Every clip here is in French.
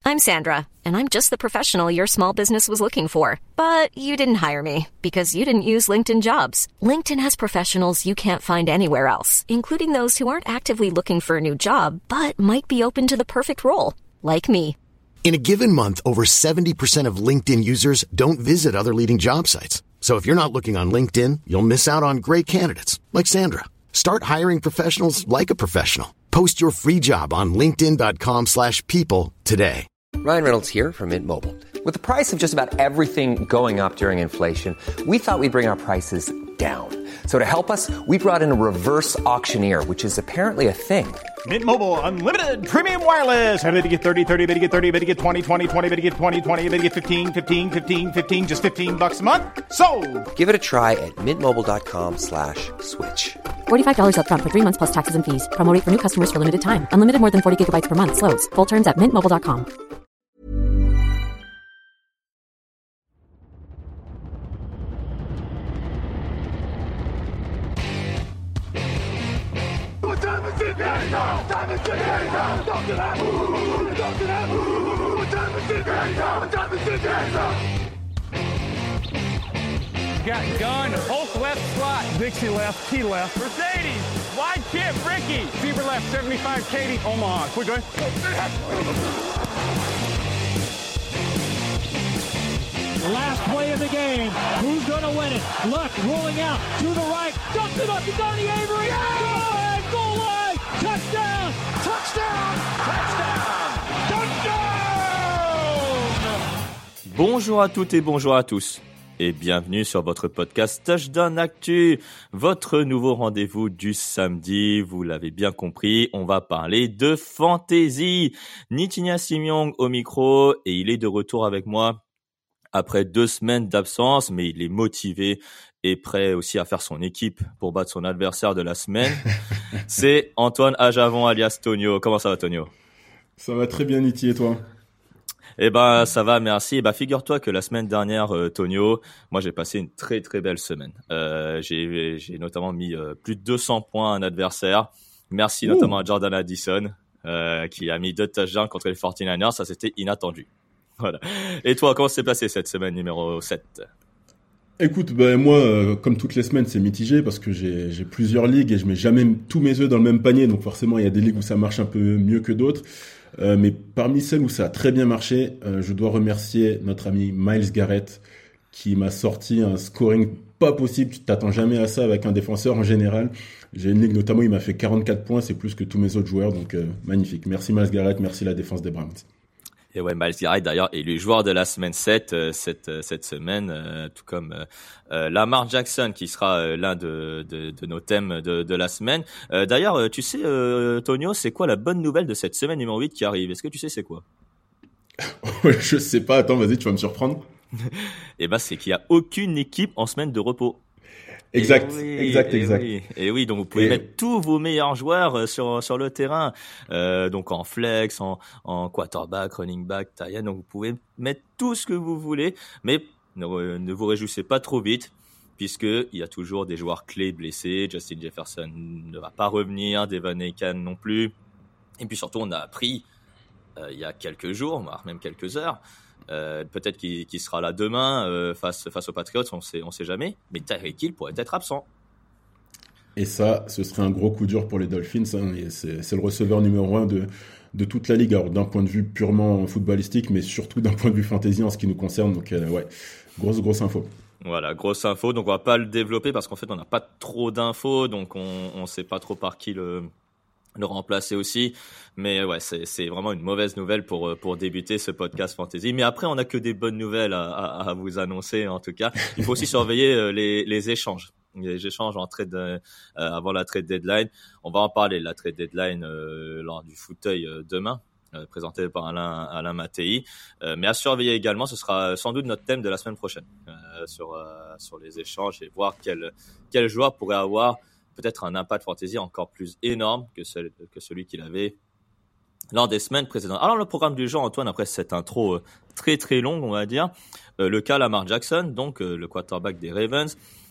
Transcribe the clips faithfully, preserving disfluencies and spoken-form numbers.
I'm Sandra, and I'm just the professional your small business was looking for. But you didn't hire me because you didn't use LinkedIn Jobs. LinkedIn has professionals you can't find anywhere else, including those who aren't actively looking for a new job, but might be open to the perfect role, like me. In a given month, over seventy percent of LinkedIn users don't visit other leading job sites. So if you're not looking on LinkedIn, you'll miss out on great candidates like Sandra. Start hiring professionals like a professional. Post your free job on linkedin.com slash people today. Ryan Reynolds here from Mint Mobile. With the price of just about everything going up during inflation, we thought we'd bring our prices down. So to help us, we brought in a reverse auctioneer, which is apparently a thing. Mint Mobile Unlimited Premium Wireless. How to get thirty, thirty, how to get thirty, how to get twenty, twenty, twenty, how to get twenty, twenty, how to get fifteen, fifteen, fifteen, fifteen, just fifteen bucks a month? Sold! Give it a try at mintmobile.com slash switch. forty-five dollars up front for three months plus taxes and fees. Promo rate for new customers for limited time. Unlimited more than forty gigabytes per month. Slows full terms at mint mobile dot com. What time is it now? Time is it now? Talk to that. Talk to that. What time is it now? What time is it now? Got gun, Hulk left slot. Dixie left, T left. Mercedes, wide chip, Ricky. Fever left, seventy-five, Katie, Omaha. Quick, go The last play of the game. Who's going to win it? Luck rolling out to the right. Dumps it up to Donnie Avery. Yeah! Go ahead, goal line. Touchdown. Touchdown. Touchdown. Touchdown. Bonjour à toutes et bonjour à tous. Et bienvenue sur votre podcast Touchdown Actu, votre nouveau rendez-vous du samedi. Vous l'avez bien compris, on va parler de fantasy. Nitinia Simyong au micro et il est de retour avec moi après deux semaines d'absence, mais il est motivé et prêt aussi à faire son équipe pour battre son adversaire de la semaine. C'est Antoine Ajavon alias Tonio. Comment ça va, Tonio? Ça va très bien, Niti, et toi? Eh ben, ça va, merci. Eh ben, figure-toi que la semaine dernière, euh, Tonio, moi, j'ai passé une très, très belle semaine. Euh, j'ai, j'ai notamment mis euh, plus de deux cents points à un adversaire. Merci Ouh. notamment à Jordan Addison, euh, qui a mis deux touchdowns contre les forty-niners. Ça, c'était inattendu. Voilà. Et toi, comment s'est passé cette semaine numéro sept? Écoute, ben moi, euh, comme toutes les semaines, c'est mitigé parce que j'ai, j'ai plusieurs ligues et je mets jamais tous mes œufs dans le même panier. Donc forcément, il y a des ligues où ça marche un peu mieux que d'autres. Euh, mais parmi celles où ça a très bien marché, euh, je dois remercier notre ami Myles Garrett qui m'a sorti un scoring pas possible. Tu t'attends jamais à ça avec un défenseur en général. J'ai une ligue notamment, il m'a fait quarante-quatre points, c'est plus que tous mes autres joueurs, donc euh, magnifique. Merci Myles Garrett, merci la défense des Browns. Et ouais, Myles Garrett d'ailleurs est le joueur de la semaine sept euh, cette euh, cette semaine, euh, tout comme euh, euh, Lamar Jackson qui sera euh, l'un de, de de nos thèmes de de la semaine. Euh, d'ailleurs, euh, tu sais, euh, Tonio, c'est quoi la bonne nouvelle de cette semaine numéro huit qui arrive? Est-ce que tu sais c'est quoi? Je sais pas. Attends, vas-y, tu vas me surprendre. Eh ben, c'est qu'il y a aucune équipe en semaine de repos. Exact, oui, exact, et exact. Oui, et oui, donc vous pouvez et... mettre tous vos meilleurs joueurs sur sur le terrain, euh, donc en flex, en en quarterback, running back, tight end. Donc vous pouvez mettre tout ce que vous voulez, mais ne, ne vous réjouissez pas trop vite, puisque il y a toujours des joueurs clés blessés. Justin Jefferson ne va pas revenir, Devon Achane non plus, et puis surtout on a appris euh, il y a quelques jours, voire même quelques heures. Euh, peut-être qu'il, qu'il sera là demain euh, face face aux Patriots, on sait on sait jamais. Mais Tyreek Hill pourrait être absent. Et ça, ce serait un gros coup dur pour les Dolphins. Hein, et c'est, c'est le receveur numéro un de de toute la ligue. Alors d'un point de vue purement footballistique, mais surtout d'un point de vue fantasy en ce qui nous concerne. Donc euh, ouais, grosse grosse info. Voilà, grosse info. Donc on va pas le développer parce qu'en fait on n'a pas trop d'infos, donc on on sait pas trop par qui le le remplacer aussi, mais ouais, c'est c'est vraiment une mauvaise nouvelle pour pour débuter ce podcast fantasy. Mais après, on a que des bonnes nouvelles à, à, à vous annoncer. En tout cas, il faut aussi surveiller les les échanges, les échanges en trade euh, avant la trade deadline. On va en parler la trade deadline euh, lors du fauteuil euh, demain, euh, présenté par Alain Alain Mattei. Euh, mais à surveiller également, ce sera sans doute notre thème de la semaine prochaine euh, sur euh, sur les échanges et voir quel quel joueur pourrait avoir peut-être un impact fantasy encore plus énorme que, ce, que celui qu'il avait lors des semaines précédentes. Alors, le programme du jour, Antoine, après cette intro euh, très très longue, on va dire, euh, le cas Lamar Jackson, donc euh, le quarterback des Ravens,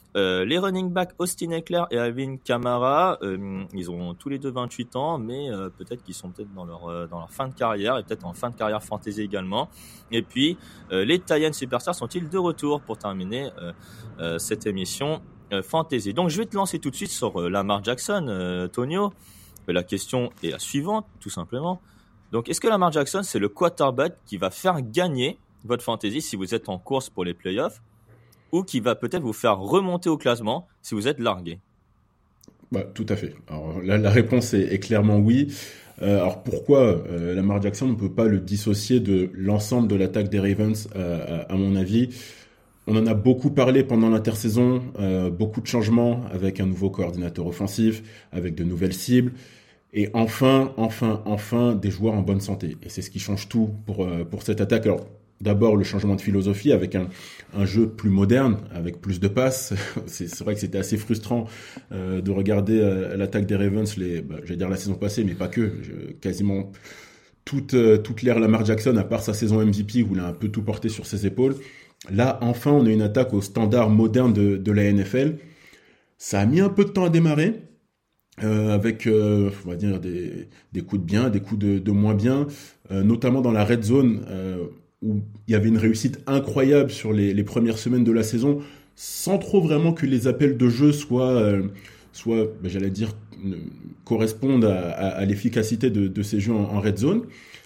Euh, les running backs Austin Ekeler et Alvin Kamara, euh, ils ont tous les deux vingt-huit ans, mais euh, peut-être qu'ils sont peut-être dans leur euh, dans leur fin de carrière et peut-être en fin de carrière fantasy également. Et puis euh, les Titans Superstars sont-ils de retour pour terminer euh, euh, cette émission euh, fantasy. Donc je vais te lancer tout de suite sur euh, Lamar Jackson, euh, Tonio. La question est la suivante, tout simplement. Donc est-ce que Lamar Jackson c'est le quarterback qui va faire gagner votre fantasy si vous êtes en course pour les playoffs, ou qui va peut-être vous faire remonter au classement si vous êtes largué? Bah, tout à fait. Alors là, la réponse est, est clairement oui. Euh, alors pourquoi euh, Lamar Jackson, on ne peut pas le dissocier de l'ensemble de l'attaque des Ravens, euh, à, à mon avis. On en a beaucoup parlé pendant l'intersaison, euh, beaucoup de changements avec un nouveau coordinateur offensif, avec de nouvelles cibles. Et enfin, enfin, enfin, des joueurs en bonne santé. Et c'est ce qui change tout pour, euh, pour cette attaque. Alors, d'abord, le changement de philosophie avec un, un jeu plus moderne, avec plus de passes. C'est, c'est vrai que c'était assez frustrant euh, de regarder euh, l'attaque des Ravens, les, bah, j'allais dire la saison passée, mais pas que. Je, quasiment toute, euh, toute l'ère Lamar Jackson, à part sa saison M V P, où il a un peu tout porté sur ses épaules. Là, enfin, on a une attaque au standard moderne de, de la N F L. Ça a mis un peu de temps à démarrer. Euh, avec, euh, on va dire, des, des coups de bien, des coups de, de moins bien, euh, notamment dans la red zone, euh, où il y avait une réussite incroyable sur les, les premières semaines de la saison, sans trop vraiment que les appels de jeu soient, euh, soient ben, j'allais dire, euh, correspondent à, à, à l'efficacité de, de ces jeux en, en red zone.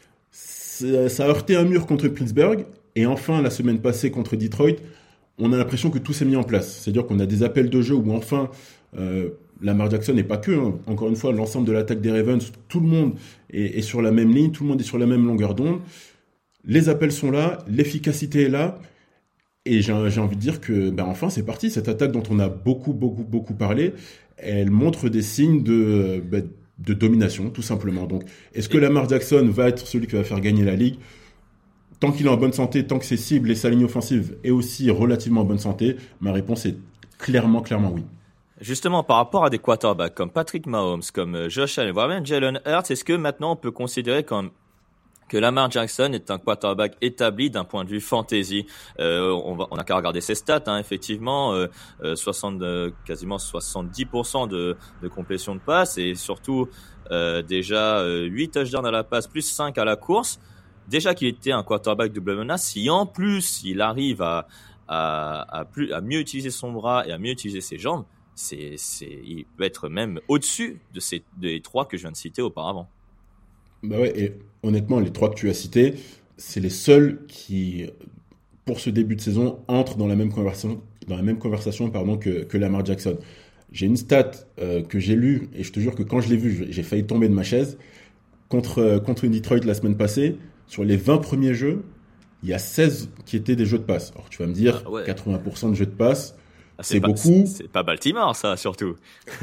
Ça, ça a heurté un mur contre Pittsburgh, et enfin, la semaine passée contre Detroit, on a l'impression que tout s'est mis en place. C'est-à-dire qu'on a des appels de jeu où enfin... Euh, Lamar Jackson n'est pas que, hein. Encore une fois, l'ensemble de l'attaque des Ravens, tout le monde est, est sur la même ligne, tout le monde est sur la même longueur d'onde. Les appels sont là, l'efficacité est là, et j'ai, j'ai envie de dire que, ben enfin, c'est parti. Cette attaque dont on a beaucoup, beaucoup, beaucoup parlé, elle montre des signes de, ben, de domination, tout simplement. Donc, est-ce que Lamar Jackson va être celui qui va faire gagner la ligue? Tant qu'il est en bonne santé, tant que ses cibles et sa ligne offensive est aussi relativement en bonne santé, ma réponse est clairement, clairement oui. Justement, par rapport à des quarterbacks comme Patrick Mahomes, comme Josh Allen, voire même Jalen Hurts, est-ce que maintenant on peut considérer comme que Lamar Jackson est un quarterback établi d'un point de vue fantasy? euh, on, va, on a qu'à regarder ses stats, hein, effectivement, euh, soixante, euh, quasiment soixante-dix pour cent de, de complétion de passe et surtout euh, déjà euh, huit touchdowns à la passe plus cinq à la course. Déjà qu'il était un quarterback double menace, si en plus il arrive à, à, à, plus, à mieux utiliser son bras et à mieux utiliser ses jambes, c'est, c'est, il peut être même au-dessus de ces des trois que je viens de citer auparavant. Bah ouais, et honnêtement, les trois que tu as cités, c'est les seuls qui, pour ce début de saison, entrent dans la même conversation, dans la même conversation pardon, que, que Lamar Jackson. J'ai une stat euh, que j'ai lue, et je te jure que quand je l'ai vue, j'ai failli tomber de ma chaise, contre, euh, contre Detroit la semaine passée, sur les vingt premiers jeux, il y a seize qui étaient des jeux de passe. Alors tu vas me dire, ah ouais. quatre-vingts pour cent de jeux de passe, ah, c'est, c'est pas, beaucoup. C'est, c'est pas Baltimore, ça, surtout.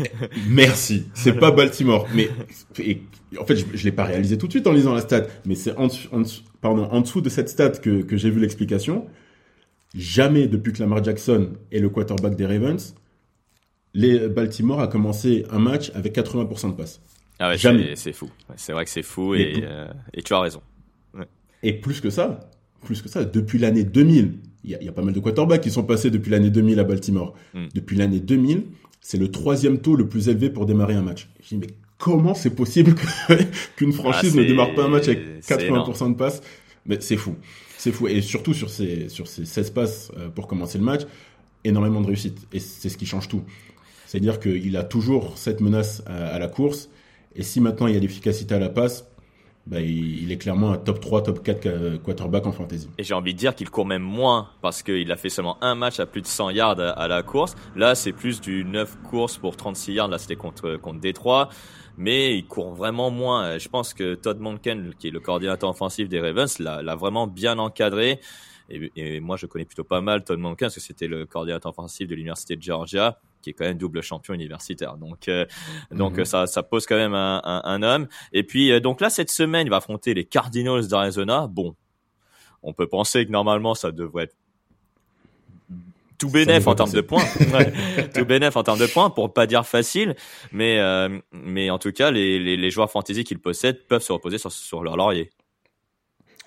Merci. C'est pas Baltimore. Mais, et, en fait, je, je l'ai pas réalisé tout de suite en lisant la stat. Mais c'est en, en, pardon, en dessous de cette stat que, que j'ai vu l'explication. Jamais, depuis que Lamar Jackson est le quarterback des Ravens, les Baltimore a commencé un match avec quatre-vingts pour cent de passes. Ah ouais, Jamais. C'est, c'est fou. C'est vrai que c'est fou et, et, euh, et tu as raison. Ouais. Et plus que ça, plus que ça, depuis l'année deux mille, il y, y a pas mal de quarterbacks qui sont passés depuis l'année deux mille à Baltimore. Mm. Depuis l'année deux mille, c'est le troisième taux le plus élevé pour démarrer un match. Je dis, mais comment c'est possible que, qu'une franchise ah, ne démarre pas un match avec quatre-vingts pour cent de passes? Mais c'est fou. C'est fou. Et surtout sur ces, sur ces seize passes pour commencer le match, énormément de réussite. Et c'est ce qui change tout. C'est-à-dire qu'il a toujours cette menace à, à la course. Et si maintenant il y a l'efficacité à la passe, bah, il est clairement un top trois, top quatre quarterback en fantasy. Et j'ai envie de dire qu'il court même moins parce qu'il a fait seulement un match à plus de cent yards à, à la course. Là, c'est plus du neuf courses pour trente-six yards. Là, c'était contre, contre Détroit. Mais il court vraiment moins. Je pense que Todd Monken, qui est le coordinateur offensif des Ravens, l'a, l'a vraiment bien encadré. Et, et moi, je connais plutôt pas mal Todd Monken parce que c'était le coordinateur offensif de l'Université de Georgia, qui est quand même double champion universitaire. Donc, euh, mm-hmm. donc ça, ça pose quand même un, un, un homme. Et puis, euh, donc là, cette semaine, il va affronter les Cardinals d'Arizona. Bon, on peut penser que normalement, ça devrait être tout bénef en termes de points. Ouais, tout bénef en termes de points, pour pas dire facile. Mais, euh, mais en tout cas, les, les, les joueurs fantasy qu'ils possèdent peuvent se reposer sur, sur leur laurier.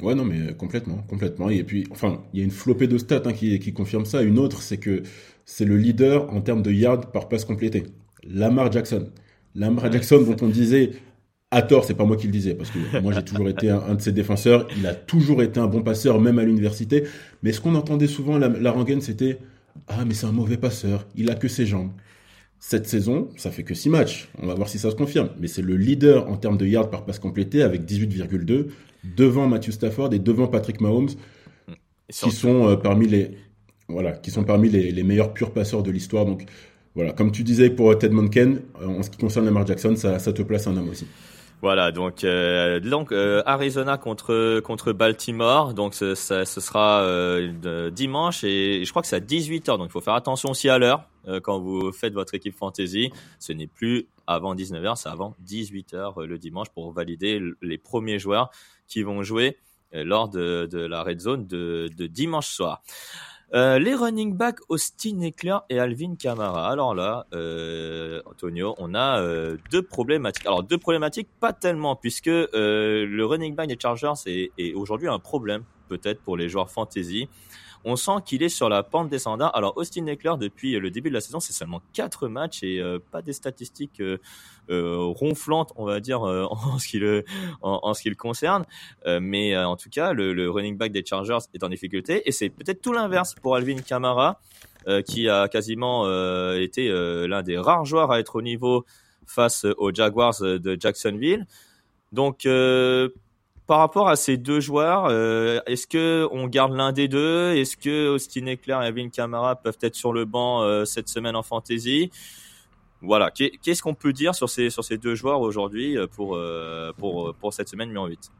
Ouais, non, mais complètement, complètement. Et puis, enfin, il y a une flopée de stats hein, qui, qui confirme ça. Une autre, c'est que c'est le leader en termes de yards par passe complétée. Lamar Jackson. Lamar Jackson, dont on disait, à tort, c'est pas moi qui le disais, parce que moi j'ai toujours été un, un de ses défenseurs. Il a toujours été un bon passeur, même à l'université. Mais ce qu'on entendait souvent, la, la rengaine, c'était ah, mais c'est un mauvais passeur, il a que ses jambes. Cette saison, ça fait que six matchs. On va voir si ça se confirme. Mais c'est le leader en termes de yards par passe complétée avec dix-huit virgule deux, devant Matthew Stafford et devant Patrick Mahomes, qui sont euh, parmi les, voilà, qui sont parmi les, les meilleurs purs passeurs de l'histoire. Donc voilà, comme tu disais pour Ted Monken, euh, en ce qui concerne Lamar Jackson, ça, ça te place un homme aussi. Voilà, donc euh, donc euh, Arizona contre contre Baltimore, donc ce, ça, ce sera euh, dimanche et, et je crois que c'est à dix-huit heures, donc il faut faire attention aussi à l'heure euh, quand vous faites votre équipe fantasy. Ce n'est plus avant dix-neuf heures, c'est avant dix-huit heures euh, le dimanche pour valider l- les premiers joueurs qui vont jouer euh, lors de, de la red zone de, de dimanche soir. Euh, les running backs Austin Ekeler et Alvin Kamara. Alors là, euh, Antonio, on a euh, deux problématiques. Alors deux problématiques, pas tellement, puisque euh, le running back des Chargers est, est aujourd'hui un problème, peut-être pour les joueurs fantasy. On sent qu'il est sur la pente descendante. Alors Austin Ekeler, depuis le début de la saison, c'est seulement quatre matchs et euh, pas des statistiques euh, euh, ronflantes, on va dire, euh, en ce qui le en, en ce qui le concerne. Euh, mais euh, en tout cas, le, le running back des Chargers est en difficulté et c'est peut-être tout l'inverse pour Alvin Kamara, euh, qui a quasiment euh, été euh, l'un des rares joueurs à être au niveau face aux Jaguars de Jacksonville. Donc euh, par rapport à ces deux joueurs, euh, est-ce que on garde l'un des deux? Est-ce que Austin Ekeler et Alvin Kamara peuvent être sur le banc euh, cette semaine en fantasy? Voilà, qu'est-ce qu'on peut dire sur ces sur ces deux joueurs aujourd'hui pour euh, pour pour cette semaine numéro huit?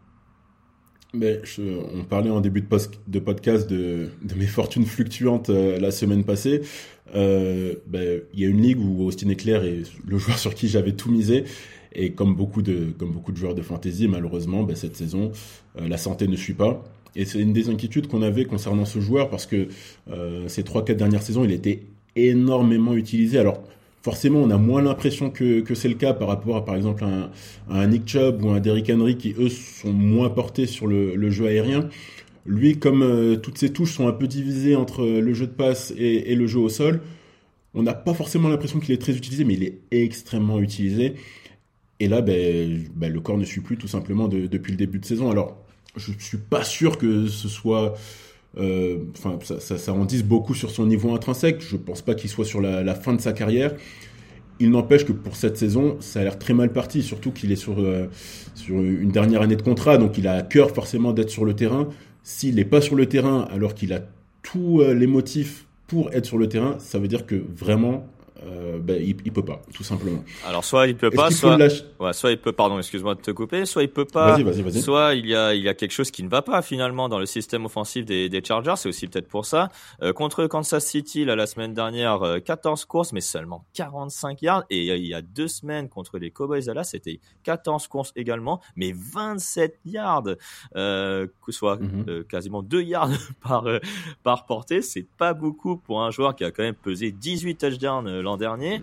Mais je, on parlait en début de, post, de podcast de, de mes fortunes fluctuantes euh, la semaine passée. Euh, ben, il y a une ligue où Austin Ekeler est le joueur sur qui j'avais tout misé. Et comme beaucoup de, comme beaucoup de joueurs de fantasy, malheureusement, ben, cette saison, euh, la santé ne suit pas. Et c'est une des inquiétudes qu'on avait concernant ce joueur parce que euh, ces trois quatre dernières saisons, il était énormément utilisé. Alors, forcément, on a moins l'impression que, que c'est le cas par rapport à, par exemple, un, à un Nick Chubb ou un Derrick Henry qui, eux, sont moins portés sur le, le jeu aérien. Lui, comme euh, toutes ses touches sont un peu divisées entre le jeu de passe et, et le jeu au sol, on n'a pas forcément l'impression qu'il est très utilisé, mais il est extrêmement utilisé. Et là, ben, ben, le corps ne suit plus tout simplement de, depuis le début de saison. Alors, je ne suis pas sûr que ce soit... Enfin, euh, ça, ça, ça en dise beaucoup sur son niveau intrinsèque. Je pense pas qu'il soit sur la, la fin de sa carrière. Il n'empêche que pour cette saison, ça a l'air très mal parti, surtout qu'il est sur, euh, sur une dernière année de contrat, donc il a à cœur forcément d'être sur le terrain. S'il n'est pas sur le terrain alors qu'il a tous euh, les motifs pour être sur le terrain, ça veut dire que vraiment... Euh, ben, il, il peut pas, tout simplement. Alors soit il peut pas, soit, ouais, soit il peut, pardon, excuse-moi de te couper, soit il peut pas, vas-y, vas-y, vas-y. Soit il y a, il y a quelque chose qui ne va pas finalement dans le système offensif des, des Chargers. C'est aussi peut-être pour ça. Euh, contre Kansas City, là, la semaine dernière, euh, quatorze courses, mais seulement quarante-cinq yards. Et euh, il y a deux semaines contre les Cowboys à là, c'était quatorze courses également, mais vingt-sept yards, euh, soit mm-hmm. euh, quasiment deux yards par euh, par portée. C'est pas beaucoup pour un joueur qui a quand même pesé dix-huit touchdowns euh, l'an dernier.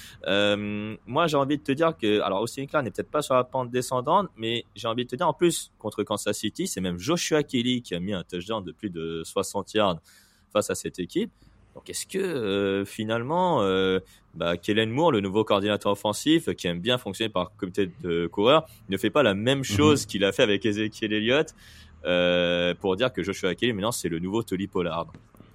Euh, moi, j'ai envie de te dire que, alors Austin Ekeler n'est peut-être pas sur la pente descendante, mais j'ai envie de te dire en plus contre Kansas City, c'est même Joshua Kelly qui a mis un touchdown de plus de soixante yards face à cette équipe. Donc, est-ce que euh, finalement, euh, bah, Kellen Moore, le nouveau coordinateur offensif, qui aime bien fonctionner par comité de coureurs, ne fait pas la même chose mm-hmm. qu'il a fait avec Ezekiel Elliott euh, pour dire que Joshua Kelly, maintenant, c'est le nouveau Tony Pollard?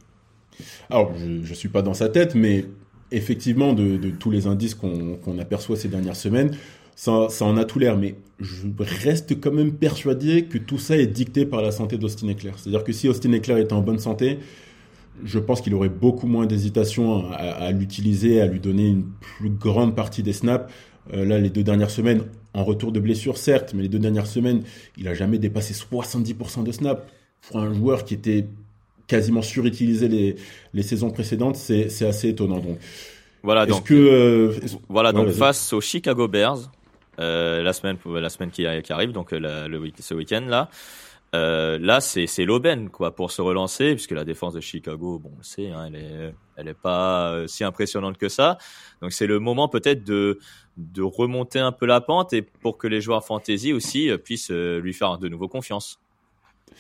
Alors, je, je suis pas dans sa tête, mais effectivement, de, de tous les indices qu'on, qu'on aperçoit ces dernières semaines, ça, ça en a tout l'air. Mais je reste quand même persuadé que tout ça est dicté par la santé d'Austin Ekeler. C'est-à-dire que si Austin Ekeler était en bonne santé, je pense qu'il aurait beaucoup moins d'hésitation à, à l'utiliser, à lui donner une plus grande partie des snaps. Euh, là, les deux dernières semaines, en retour de blessure, certes, mais les deux dernières semaines, il n'a jamais dépassé soixante-dix pour cent de snaps. Pour un joueur qui était quasiment surutilisé les, les saisons précédentes, c'est, c'est assez étonnant. Donc, voilà, est-ce donc, que, euh, est-ce... voilà, donc ouais, face aux Chicago Bears, euh, la semaine, la semaine qui, qui arrive, donc la, le week, ce week-end là, euh, là c'est, c'est l'aubaine quoi pour se relancer, puisque la défense de Chicago, bon, on sait, hein, elle est, elle est pas euh, si impressionnante que ça. Donc c'est le moment peut-être de de remonter un peu la pente et pour que les joueurs fantasy aussi euh, puissent euh, lui faire de nouveau confiance.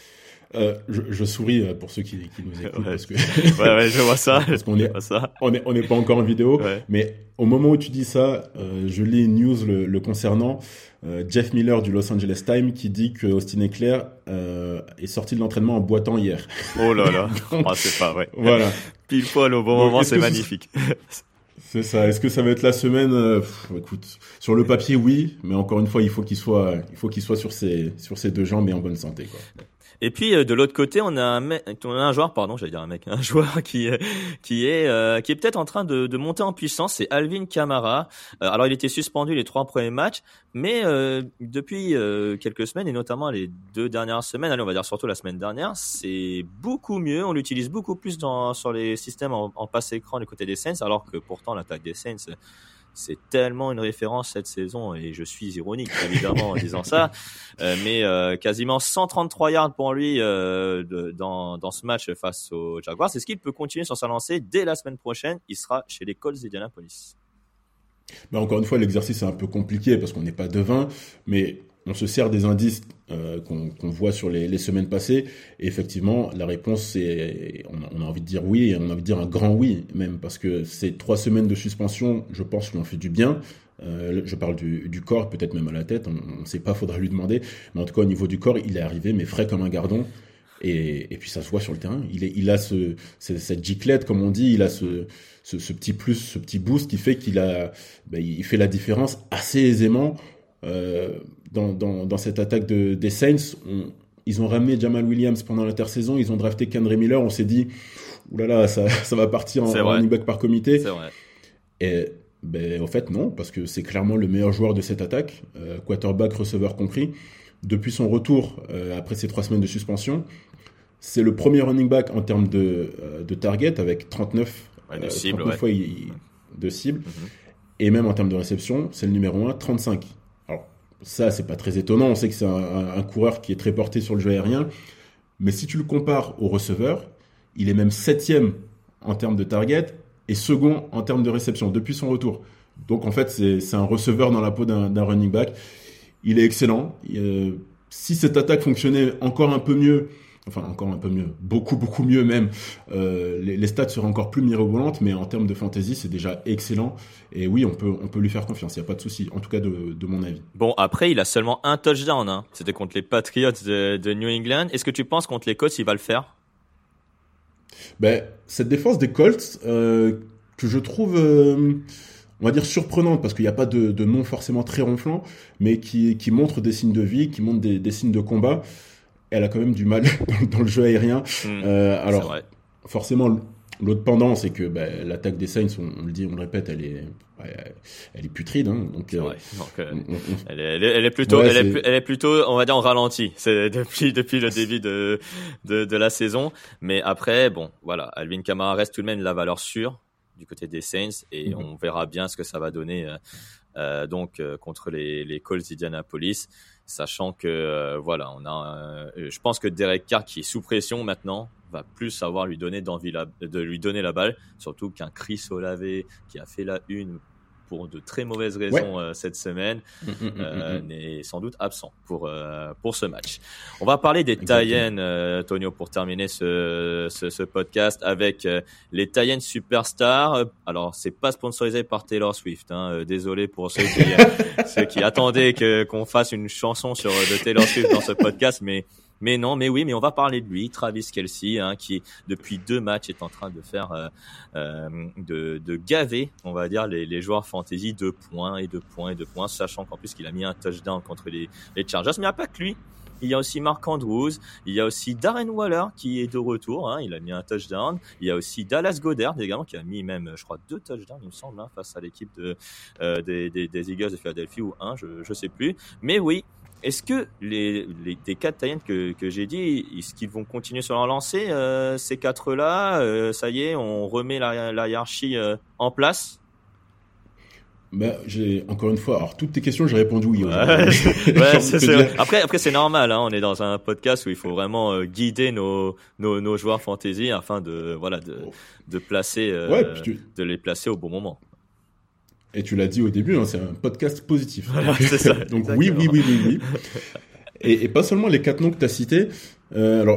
Euh, je, je souris pour ceux qui, qui nous écoutent ouais. parce que ouais, ouais, je vois ça. parce qu'on est, ça. on est, on n'est pas encore en vidéo, ouais. mais au moment où tu dis ça, euh, je lis une news le, le concernant. Euh, Jeff Miller du Los Angeles Times qui dit que Austin Ekeler euh, est sorti de l'entraînement en boitant hier. Oh là là, ah, c'est pas vrai. Voilà. Pile poil au bon Donc, moment, c'est magnifique. C'est ça. Est-ce que ça va être la semaine euh, pff, écoute, sur le papier, oui, mais encore une fois, il faut qu'il soit, il faut qu'il soit sur ses, sur ses deux jambes et en bonne santé, quoi. Et puis euh, de l'autre côté, on a un mec, on a un joueur, pardon, j'allais dire un mec, un joueur qui qui est euh, qui est peut-être en train de, de monter en puissance. C'est Alvin Kamara. Euh, alors il était suspendu les trois premiers matchs, mais euh, depuis euh, quelques semaines et notamment les deux dernières semaines, allez, on va dire surtout la semaine dernière, c'est beaucoup mieux. On l'utilise beaucoup plus dans sur les systèmes en, en passe écran du côté des Saints, alors que pourtant l'attaque des Saints, c'est tellement une référence cette saison, et je suis ironique évidemment en disant ça, euh, mais euh, quasiment cent trente-trois yards pour lui euh, de, dans, dans ce match face aux Jaguars. Est-ce qu'il peut continuer sur sa lancée dès la semaine prochaine? Il sera chez les Colts d'Indianapolis. Ben encore une fois, l'exercice est un peu compliqué parce qu'on n'est pas devin, mais on se sert des indices euh, qu'on, qu'on voit sur les, les semaines passées. Et effectivement, la réponse, c'est, on a, on a envie de dire oui, et on a envie de dire un grand oui même, parce que ces trois semaines de suspension, je pense, lui ont fait du bien. Euh, je parle du, du corps, peut-être même à la tête, on ne sait pas, faudra lui demander. Mais en tout cas, au niveau du corps, il est arrivé, mais frais comme un gardon. Et, et puis ça se voit sur le terrain. Il, est, il a ce, cette giclette, comme on dit, il a ce, ce, ce petit plus, ce petit boost qui fait qu'il a, ben, il fait la différence assez aisément. Euh, dans, dans, dans cette attaque de, des Saints, on, ils ont ramené Jamal Williams pendant l'intersaison, ils ont drafté Kendre Miller, on s'est dit, oulala, ça, ça va partir en, en running back par comité. C'est vrai. Et ben, en fait, non, parce que c'est clairement le meilleur joueur de cette attaque, euh, quarterback, receveur compris. Depuis son retour, euh, après ces trois semaines de suspension, c'est le premier running back en termes de, euh, de target, avec trente-neuf, ouais, de euh, cible, trente-neuf ouais. fois il, il, de cible. Mm-hmm. Et même en termes de réception, c'est le numéro un, trente-cinq. Alors, ça, c'est pas très étonnant. On sait que c'est un, un, un coureur qui est très porté sur le jeu aérien. Mais si tu le compares au receveur, il est même septième en termes de target et second en termes de réception depuis son retour. Donc, en fait, c'est, c'est un receveur dans la peau d'un, d'un running back. Il est excellent. Euh, si cette attaque fonctionnait encore un peu mieux, enfin encore un peu mieux, beaucoup beaucoup mieux même, euh, les, les stats seraient encore plus mirobolantes, mais en termes de fantasy, c'est déjà excellent. Et oui, on peut on peut lui faire confiance, il n'y a pas de souci, en tout cas de, de mon avis. Bon, après, il a seulement un touchdown, hein. C'était contre les Patriots de, de New England. Est-ce que tu penses contre les Colts, il va le faire? Ben, cette défense des Colts, euh, que je trouve, euh, on va dire surprenante, parce qu'il n'y a pas de, de nom forcément très ronflant, mais qui, qui montre des signes de vie, qui montre des, des signes de combat. Elle a quand même du mal dans, dans le jeu aérien. Mmh, euh, alors, forcément, l'autre pendant, c'est que bah, l'attaque des Saints, on, on le dit, on le répète, elle est, ouais, elle est putride. Hein, donc, euh, ouais, donc euh, on, on, elle, est, elle, est, elle est plutôt, ouais, elle, est, elle est plutôt, on va dire, en ralenti. C'est depuis depuis le début de, de de la saison. Mais après, bon, voilà, Alvin Kamara reste tout de même la valeur sûre du côté des Saints, et mmh. on verra bien ce que ça va donner. Euh, euh, donc euh, contre les les Colts d'Indianapolis. Sachant que euh, voilà, on a, euh, je pense que Derek Carr, qui est sous pression maintenant, va plus savoir lui donner d'envie la, de lui donner la balle, surtout qu'un Chris Olave qui a fait la une pour de très mauvaises raisons ouais. euh, cette semaine mmh, mmh, euh, mmh. n'est sans doute absent pour euh, pour ce match. On va parler des Titans, euh, Tonio, pour terminer ce ce, ce podcast avec euh, les Titans Superstars. Alors c'est pas sponsorisé par Taylor Swift, hein. Euh, désolé pour ceux qui euh, ceux qui attendaient que qu'on fasse une chanson sur de Taylor Swift dans ce podcast, mais Mais non, mais oui, mais on va parler de lui, Travis Kelce, hein, qui depuis deux matchs est en train de faire, euh, euh, de, de gaver, on va dire, les, les joueurs fantasy de points et de points et de points, sachant qu'en plus qu'il a mis un touchdown contre les, les Chargers. Mais il n'y a pas que lui. Il y a aussi Mark Andrews, il y a aussi Darren Waller qui est de retour, hein, il a mis un touchdown. Il y a aussi Dallas Goedert également qui a mis même, je crois, deux touchdowns, il me semble, hein, face à l'équipe de, euh, des, des, des Eagles de Philadelphie, ou un, je, je sais plus. Mais oui. Est-ce que les, les des quatre Titans que, que j'ai dit, est-ce qu'ils vont continuer sur leur lancée, euh, ces quatre-là, euh, ça y est, on remet la, la hiérarchie euh, en place? Bah, j'ai encore une fois, alors toutes tes questions, j'ai répondu oui. Ouais, ouais c'est, c'est après, après c'est normal, hein, on est dans un podcast où il faut vraiment euh, guider nos, nos nos joueurs fantasy afin de voilà de de placer, euh, ouais, tu... de les placer au bon moment. Et tu l'as dit au début, hein, c'est un podcast positif. Voilà, c'est ça, donc oui, oui, oui, oui, oui. Et, et pas seulement les quatre noms que tu as cités. Euh, alors,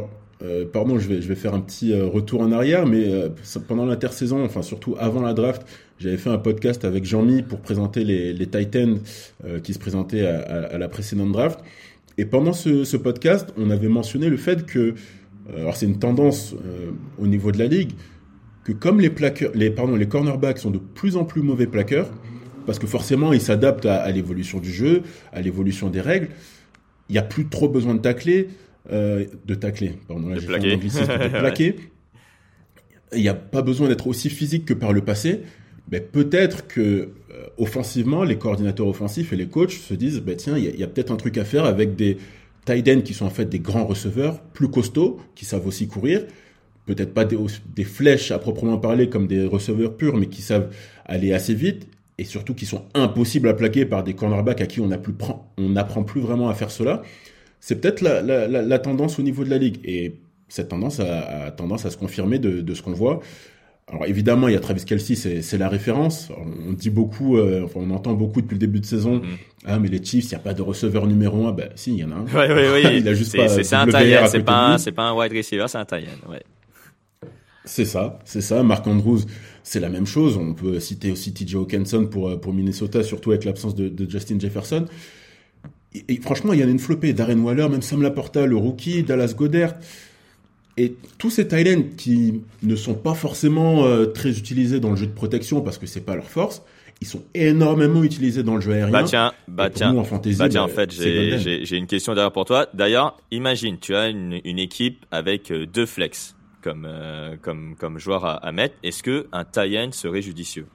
euh, pardon, je vais, je vais faire un petit euh, retour en arrière, mais euh, pendant l'intersaison, enfin surtout avant la draft, j'avais fait un podcast avec Jean-Mi pour présenter les, les Titans euh, qui se présentaient à, à, à la précédente draft. Et pendant ce, ce podcast, on avait mentionné le fait que, euh, alors c'est une tendance euh, au niveau de la ligue, que comme les plaqueurs, les pardon, les cornerbacks sont de plus en plus mauvais plaqueurs, parce que forcément ils s'adaptent à, à l'évolution du jeu, à l'évolution des règles, il n'y a plus trop besoin de tacler. Euh, de tacler, pardon, là, de j'ai plaquer. fait un anglicisme, de plaquer. Il n'y a pas besoin d'être aussi physique que par le passé. Mais peut-être que euh, offensivement, les coordinateurs offensifs et les coachs se disent, bah, tiens, il y, y a peut-être un truc à faire avec des tight ends qui sont en fait des grands receveurs, plus costauds, qui savent aussi courir. Peut-être pas des, des flèches à proprement parler comme des receveurs purs, mais qui savent aller assez vite et surtout qui sont impossibles à plaquer par des cornerbacks à qui on n'apprend plus vraiment à faire cela. C'est peut-être la, la, la, la tendance au niveau de la ligue. Et cette tendance a, a tendance à se confirmer de, de ce qu'on voit. Alors évidemment, il y a Travis Kelce, c'est, c'est la référence. Alors, on dit beaucoup, euh, enfin on entend beaucoup depuis le début de saison, mm. ah mais les Chiefs, il n'y a pas de receveur numéro un. Ben si, il y en a un. Oui, oui, oui. il a juste c'est, pas c'est, c'est un tight end, c'est pas, un, c'est pas un wide receiver, c'est un tight end. Ouais. C'est ça, c'est ça. Mark Andrews, c'est la même chose. On peut citer aussi T J Hawkinson pour, pour Minnesota, surtout avec l'absence de, de Justin Jefferson. Et, et franchement, il y en a une flopée. Darren Waller, même Sam Laporta, le rookie, Dallas Goedert. Et tous ces tight ends qui ne sont pas forcément euh, très utilisés dans le jeu de protection parce que c'est pas leur force, ils sont énormément utilisés dans le jeu aérien. Bah tiens, bah tiens, nous, en fantasy, bah tiens, bah, en fait, j'ai, j'ai, j'ai une question d'ailleurs pour toi. D'ailleurs, imagine, tu as une, une équipe avec euh, deux flex comme, euh, comme, comme joueur à, à mettre. Est-ce que un tight end serait judicieux?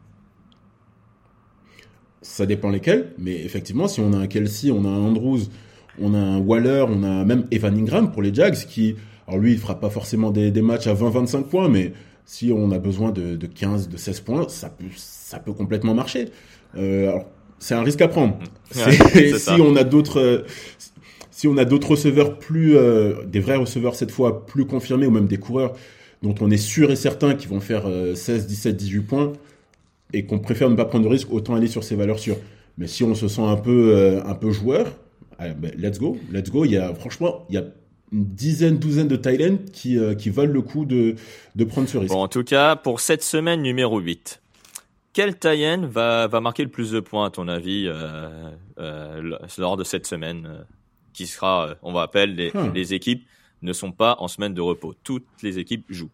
Ça dépend lesquels, mais effectivement, si on a un Kelce, on a un Andrews, on a un Waller, on a même Evan Ingram pour les Jags, qui, alors lui, il fera pas forcément des, des matchs à vingt à vingt-cinq points, mais si on a besoin de, de quinze, de seize points, ça peut, ça peut complètement marcher. Euh, alors, c'est un risque à prendre. Ouais, c'est si ça. on a d'autres, euh, si on a d'autres receveurs plus, euh, des vrais receveurs cette fois plus confirmés, ou même des coureurs dont on est sûr et certain qu'ils vont faire euh, seize, dix-sept, dix-huit points, et qu'on préfère ne pas prendre de risque, autant aller sur ces valeurs sûres. Mais si on se sent un peu, euh, un peu joueur, allez, ben, let's go, let's go. Il y a, franchement, il y a une dizaine, douzaine de tight ends qui, euh, qui valent le coup de, de prendre ce risque. Bon, en tout cas, pour cette semaine numéro huit, quel tight end va, va marquer le plus de points, à ton avis, euh, euh, lors de cette semaine, euh, qui sera, euh, on va appeler, les, hmm. les équipes ne sont pas en semaine de repos. Toutes les équipes jouent.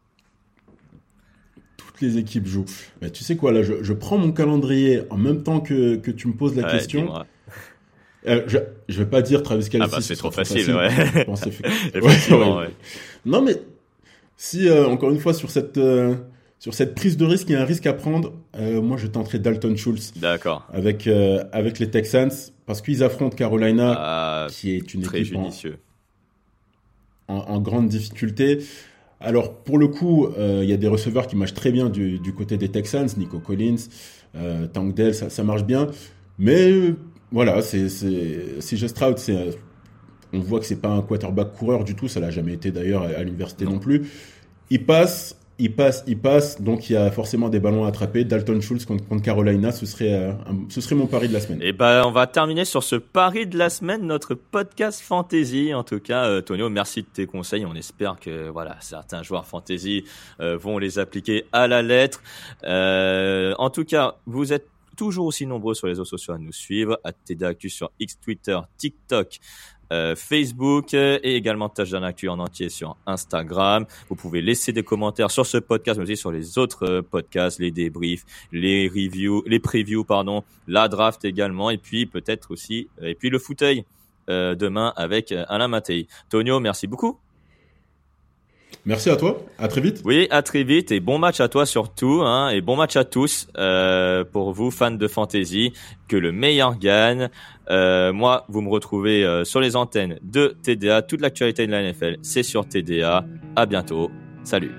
Les équipes jouent. Mais tu sais quoi, là, je, je prends mon calendrier en même temps que, que tu me poses la ouais, question. Euh, je, je vais pas dire Travis Kelce. Ah bah c'est trop facile, facile, ouais. Je pense effectivement. effectivement, ouais, ouais. ouais. Non mais si euh, encore une fois sur cette euh, sur cette prise de risque, il y a un risque à prendre. Euh, moi, je tenterai Dalton Schultz. D'accord. Avec euh, avec les Texans parce qu'ils affrontent Carolina, ah, qui est une très équipe judicieux. En, en, en grande difficulté. Alors, pour le coup, il euh, y a des receveurs qui marchent très bien du, du côté des Texans, Nico Collins, euh, Tank Dell, ça, ça marche bien. Mais euh, voilà, c'est, c'est, C J Stroud, c'est, euh, on voit que c'est pas un quarterback coureur du tout, ça l'a jamais été d'ailleurs à, à l'université non. non plus. Il passe, il passe, il passe, donc il y a forcément des ballons à attraper. Dalton Schultz contre, contre Carolina, ce serait, euh, un, ce serait mon pari de la semaine. Et ben, on va terminer sur ce pari de la semaine, notre podcast fantasy. En tout cas, euh, Tonio, merci de tes conseils. On espère que voilà, certains joueurs fantasy euh, vont les appliquer à la lettre. Euh, en tout cas, vous êtes toujours aussi nombreux sur les réseaux sociaux à nous suivre, à T D Actu sur X, Twitter, TikTok, Euh, Facebook euh, et également Touchdown Actu en entier sur Instagram. Vous pouvez laisser des commentaires sur ce podcast, mais aussi sur les autres euh, podcasts, les débriefs, les reviews, les previews, pardon, la draft également, et puis peut-être aussi, et puis le fauteuil euh, demain avec euh, Alain Mattei. Tonio, merci beaucoup. Merci à toi, à très vite. Oui, à très vite et bon match à toi surtout, hein, et bon match à tous euh, pour vous fans de fantasy, que le meilleur gagne. Euh, moi, vous me retrouvez euh, sur les antennes de T D A, toute l'actualité de la N F L, c'est sur T D A. À bientôt, salut.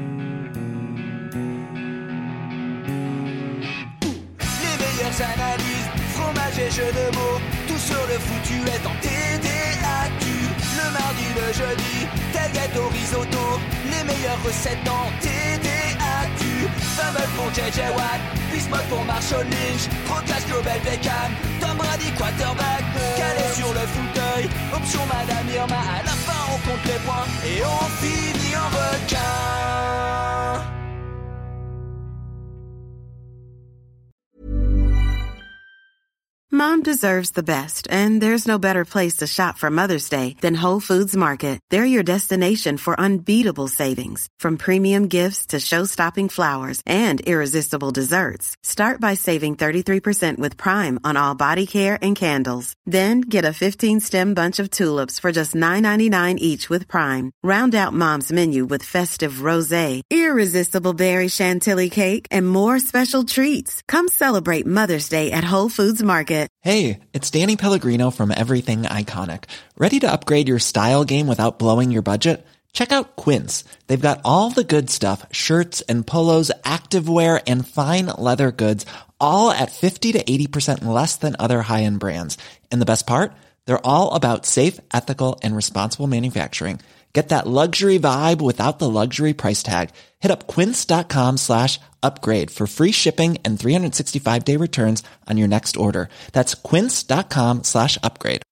Les meilleures analyses, fromage et jeux de mots, tout sur le foutu est en T D A Q. Le mardi, le jeudi, tel gâteau risotto, les meilleures recettes en T D A Q. Fumble pour J J Watt, Bismuth pour Marshall Lynch, Proclash Global Beckham, Tom Brady quarterback, calé sur le fauteuil, option Madame Irma, à la fin on compte les points et on finit en requin. Mom deserves the best, and there's no better place to shop for Mother's Day than Whole Foods Market. They're your destination for unbeatable savings, from premium gifts to show-stopping flowers and irresistible desserts. Start by saving thirty-three percent with Prime on all body care and candles. Then get a fifteen-stem bunch of tulips for just nine ninety-nine each with Prime. Round out Mom's menu with festive rosé, irresistible berry chantilly cake, and more special treats. Come celebrate Mother's Day at Whole Foods Market. Hey, it's Danny Pellegrino from Everything Iconic. Ready to upgrade your style game without blowing your budget? Check out Quince. They've got all the good stuff, shirts and polos, activewear, and fine leather goods, all at fifty to eighty percent less than other high-end brands. And the best part? They're all about safe, ethical, and responsible manufacturing. Get that luxury vibe without the luxury price tag. Hit up quince.com slash upgrade for free shipping and three sixty-five day returns on your next order. That's quince.com slash upgrade.